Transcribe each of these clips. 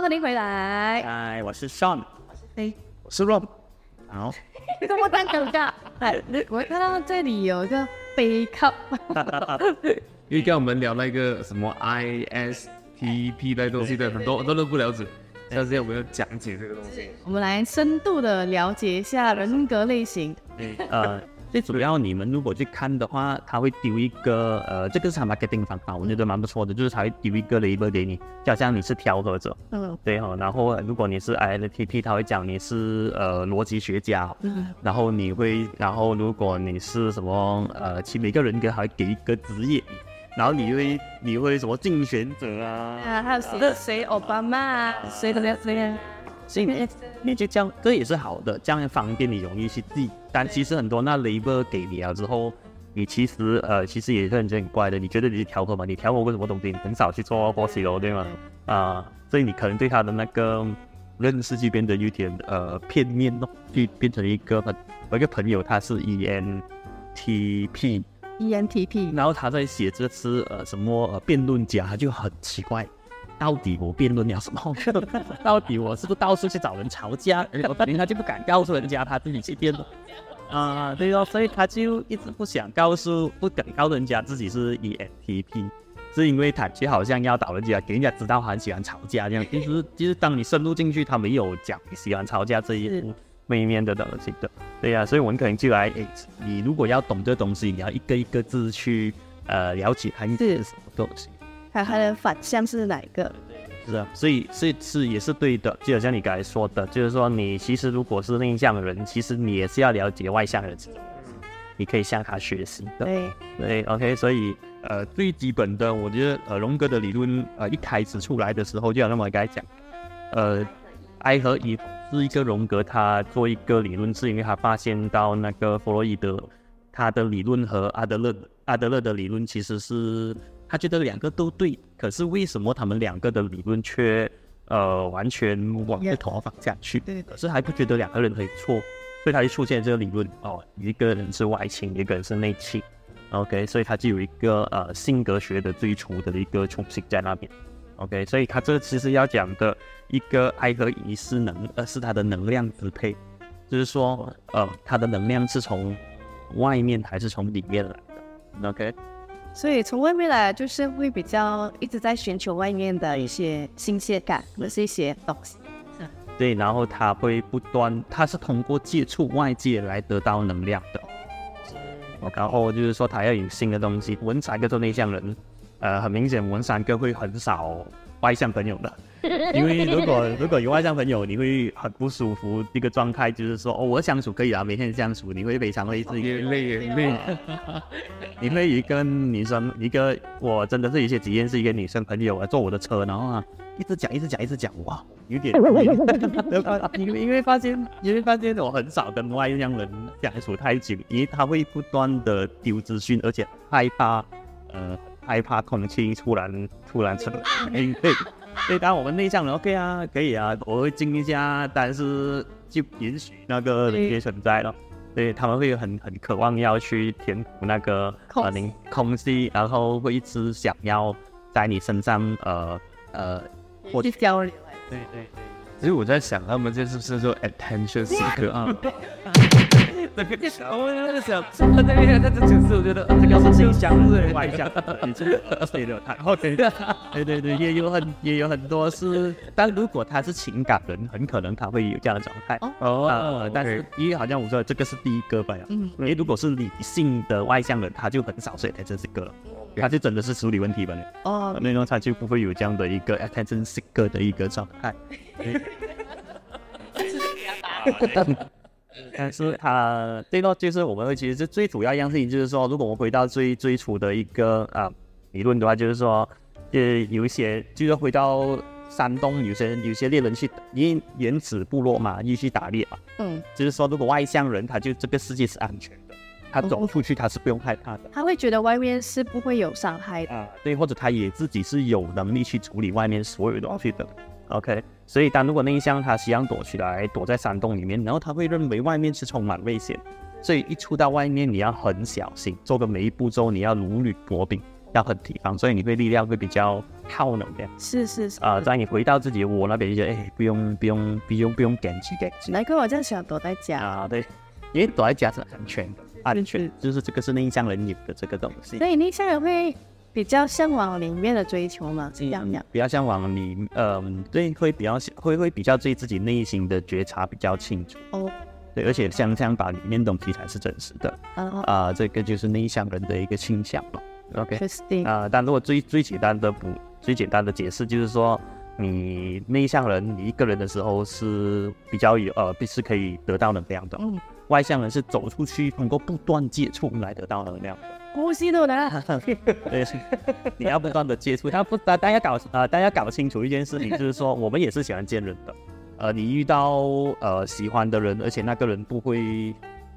欢迎回来。 嗨，我是 Sean， 我是 Rob。 好， 这么尴尬。来，我看到这里有一个杯 cup， 因为刚我们聊那个什么 ISTP 那东西的，很多人不了解。下次我们要讲解这个东西。 我们来深度的了解一下人格类型。 最主要你们如果去看的话，他会丢一个这个是他 marketing 方法，我觉得蛮不错的，就是他会丢一个 label 给你，就好像你是调和者，对哈，然后如果你是 INTP， 他会讲你是逻辑学家，然后如果你是什么其每个人格还会给一个职业，然后你会什么竞选者啊， 还有谁奥巴马啊，谁的所以你就这样，这也是好的，这样方便你容易去记。但其实很多那 label 给你了之后，你其实也是很怪的。你觉得你是调和嘛？你调和过什么东西？你很少去做 boss 咯，对吗？所以你可能对他的那个认识就变得有点片面咯，就变成我一个朋友他是 ENTP， 然后他在写这次什么辩论家，他就很奇怪。到底我辩论了什么？到底我是不是到处去找人吵架？他就不敢告诉人家他自己去辩论对哦，所以他就一直不敢告诉人家自己是 ENTP， 是因为他就好像要导人家给人家知道他很喜欢吵架这样。其实当你深入进去，他没有讲你喜欢吵架这一面的东西的，对呀，所以我们可能就来，你如果要懂这东西，你要一个一个字去了解它是什么东西。 它的反向是哪一个？ 是啊，所以也是对的，就好像你刚才说的，就是说你其实如果是内向的人，其实你也是要了解外向的人，你可以向他学习的。对 ，OK， 所以最基本的，我觉得荣格的理论一开始出来的时候，就好像我刚才讲，I 和 E 是一个荣格他做一个理论，是因为他发现到那个弗洛伊德他的理论和阿德勒的理论其实是。他觉得两个都对，可是为什么他们两个的理论却完全往不同的方向去？可是还不觉得两个人可以错，所以他就出现这个理论一个人是外倾，一个人是内倾 ，OK， 所以他就有一个性格学的最初的一个雏形在那边 ，OK， 所以他这其实要讲的一个I和E是他的能量支配，就是说他的能量是从外面还是从里面来的 ，OK。 所以从外面来就是会比较一直在寻求外面的一些新鲜感或者是一些东西。 对，然后他会不断，他是通过接触外界来得到能量的。然后就是说他要有新的东西。我们三个都内向人，很明显我们三个会很少外向朋友的。因为如果有外向朋友，你会很不舒服。这个状态就是说，我相处可以啊，每天相处，你会非常累，累。你会一个女生，我真的是有一些体验，是一个女生朋友坐我的车，然后一直讲，哇，有点你会发现我很少跟外向人相处太久，因为他会不断的丢资讯，而且害怕空气突然成对，当然我们内向人 OK 啊，可以啊，我会静一下，但是就允许那个人也存在了。对，他们会很渴望要去填补那个空隙，然后会一直想要在你身上去交流。 对。其实我在想，他们这是不是说 attention seeker 啊？我在想，这就是我觉得这个是内向的外向，你这个对的，对，也有很多是，但如果他是情感人，很可能他会有这样的状态但是因为好像我说这个是第一个吧，因为如果是理性的外向人，他就很少是 attention seeker 了，他就真的是处理问题吧那种他就不会有这样的一个 attention seeker 的一个状态。但是对咯，就是我们其实最主要一样事情就是说，如果我们回到最初的一个理论的话，就是说，有一些就是回到山东，有些猎人去，因为原始部落嘛，一起打猎嘛，就是说，如果外向人，他就这个世界是安全的，他走出去他是不用害怕的， 他会觉得外面是不会有伤害的对，或者他也自己是有能力去处理外面所有东西的。OK， 所以如果内向他希望躲起来，躲在山洞里面，然后他会认为外面是充满危险，所以一出到外面你要很小心，做个每一步骤你要如履薄冰，要很提防，所以你会力量会比较靠能量。 是在你回到自己的窝那边，就觉得不用感激。 难怪我这样喜欢躲在家啊，对，因为躲在家是安全的，安全就是这个是内向人有的这个东西。 所以内向人会比较向往里面的追求嘛，是这样。 比较向往你，对，会比较对自己内心的觉察比较清楚。哦，对，而且想把里面东西才是真实的。这个就是内向人的一个倾向嘛。OK， 但如果最简单的解释就是说，你内向人，你一个人的时候是比较是可以得到能量的。外向人是走出去，通过不断接触来得到能量的。 呼吸都能。 对，你要不断的接触，大家要搞清楚一件事情，就是说我们也是喜欢见人的。你遇到喜欢的人，而且那个人不会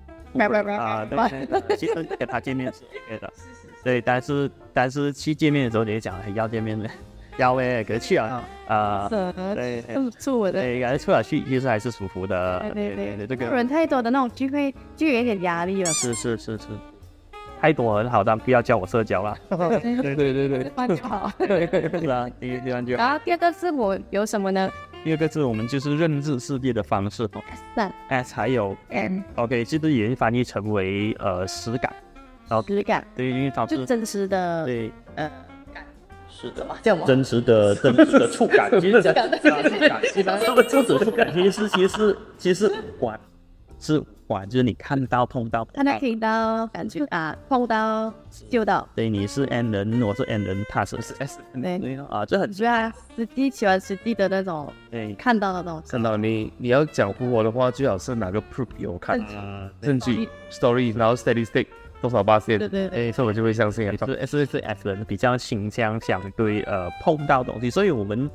对，其实跟他见面是 OK 的。对，但是去见面的时候，你就讲要见面的，要可是去对，对，出来去其实还是舒服的。 对，这个人太多的那种聚会就有点压力了。 是，太多很好，但不要叫我社交啦。对， 那就好。 是啊，第一就好。 然后第二个字我有什么呢？ 第二个字我们就是认知世界的方式。S 还有 M，OK， 其实也翻译成为实感。 实感， 对，因为它是真实的， 对， 感， 是的，真实的触感，其实讲触感，一般触感，其实管就是你看到、碰到、 听到、感觉碰到、嗅到。 对，你是 N 人，我是 N 人，他是 S 人，对这很主要喜欢实际的那种，看到的东西。 看到你要讲复活的话，最好是拿个 proof 给我看，证据 story， 然後 statistic。多少%？ 对， 所以我就会相信。 是 S 人比较倾向想对碰到东西，所以我们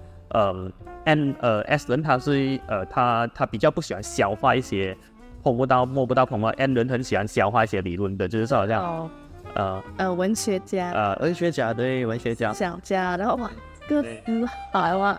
S 人他是他比较不喜欢消化一些碰不到摸不到碰到 ，N 人很喜欢消化一些理论的，就是好像文学家对文学家想家，然后哇歌词好哇，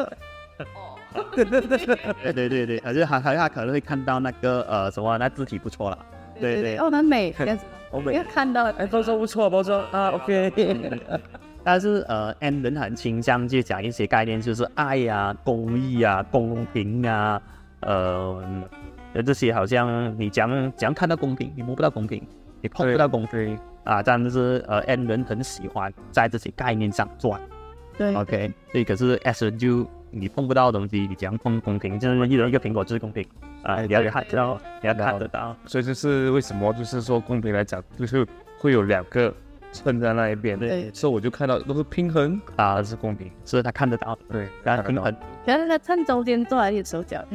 对，而且他可能会看到那个什么那字体不错啦。对， 很美，这样子。我没有看到， 都说不错，OK。 但是N 人很倾向去讲一些概念，就是爱啊、公益啊、公平啊，这些好像你讲看到公平，你摸不到公平，你碰不到公平但是N 人很喜欢在这些概念上转。 对 ，OK， 所以可是 S 人就你碰不到的东西，你讲碰公平，就是一人一个苹果就是公平。你要看得到， 所以就是为什么就是说公平来讲，就是会有2个秤在那一边， 对， 所以我就看到都是平衡是公平， 所以他看得到， 对， 平衡。 然后他秤中间做了一点手脚，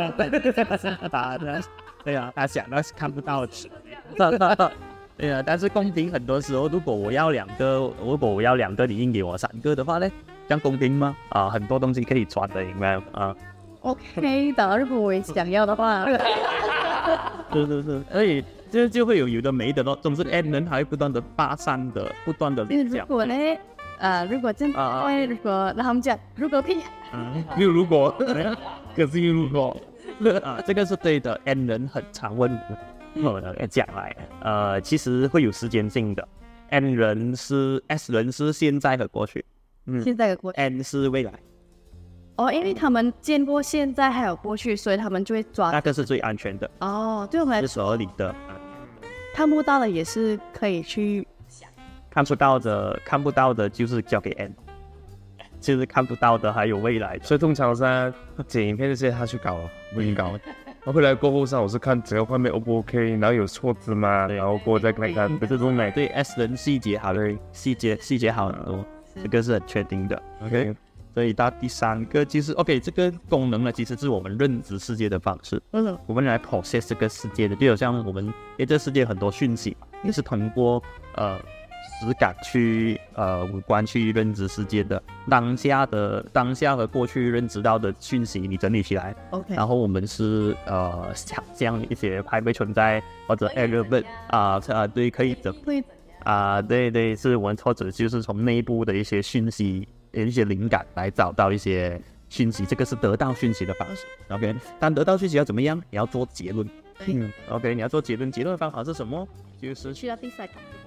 对啊，他想到是看不到的，对啊，但是公平很多时候，如果我要2个，你硬给我3个的话呢，这样公平吗？很多东西可以转的，明白吗 ？OK 的，如果我也想要的话， 是，而且就会有的没的咯，总之 N 人还会不断的发散的，不断的讲。 如果呢，如果这样，如果那他们讲如果屁， 没有如果，可是有如果， 这个是对的 ，N 人很常问我讲来，其实会有时间性的 ，N 人是 S 人是现在和过去， 现在和过去 ，N 是未来。 因为他们见过现在还有过去，所以他们就会抓。 那个是最安全的。 对我们来说，是合理的。 看不到的也是可以去想。 看不到的就是交给 N。其实看不到的还有未来， 所以通常是剪影片这些他去搞了，不去搞。然后回来过后上，我是看整个画面 O 不 OK， 然后有错字吗？然后过后再看看，这种对 S 人细节好的细节好很多，这个是很确定的。OK。所以到第3个就是 OK， 这个功能呢，其实是我们认知世界的方式。我们来 process 这个世界的，就好像我们这世界很多讯息嘛，也是通过实感去五官去认知世界的。当下和过去认知到的讯息，你整理起来 ，OK， 然后我们是想象一些还没存在或者 error 对，可以怎对，是我们或者就是从内部的一些讯息。有一些灵感来找到一些讯息，这个是得到讯息的方式。OK， 但得到讯息要怎么样？你要做结论。OK， 你要做结论，结论的方法是什么？就是去到第3个。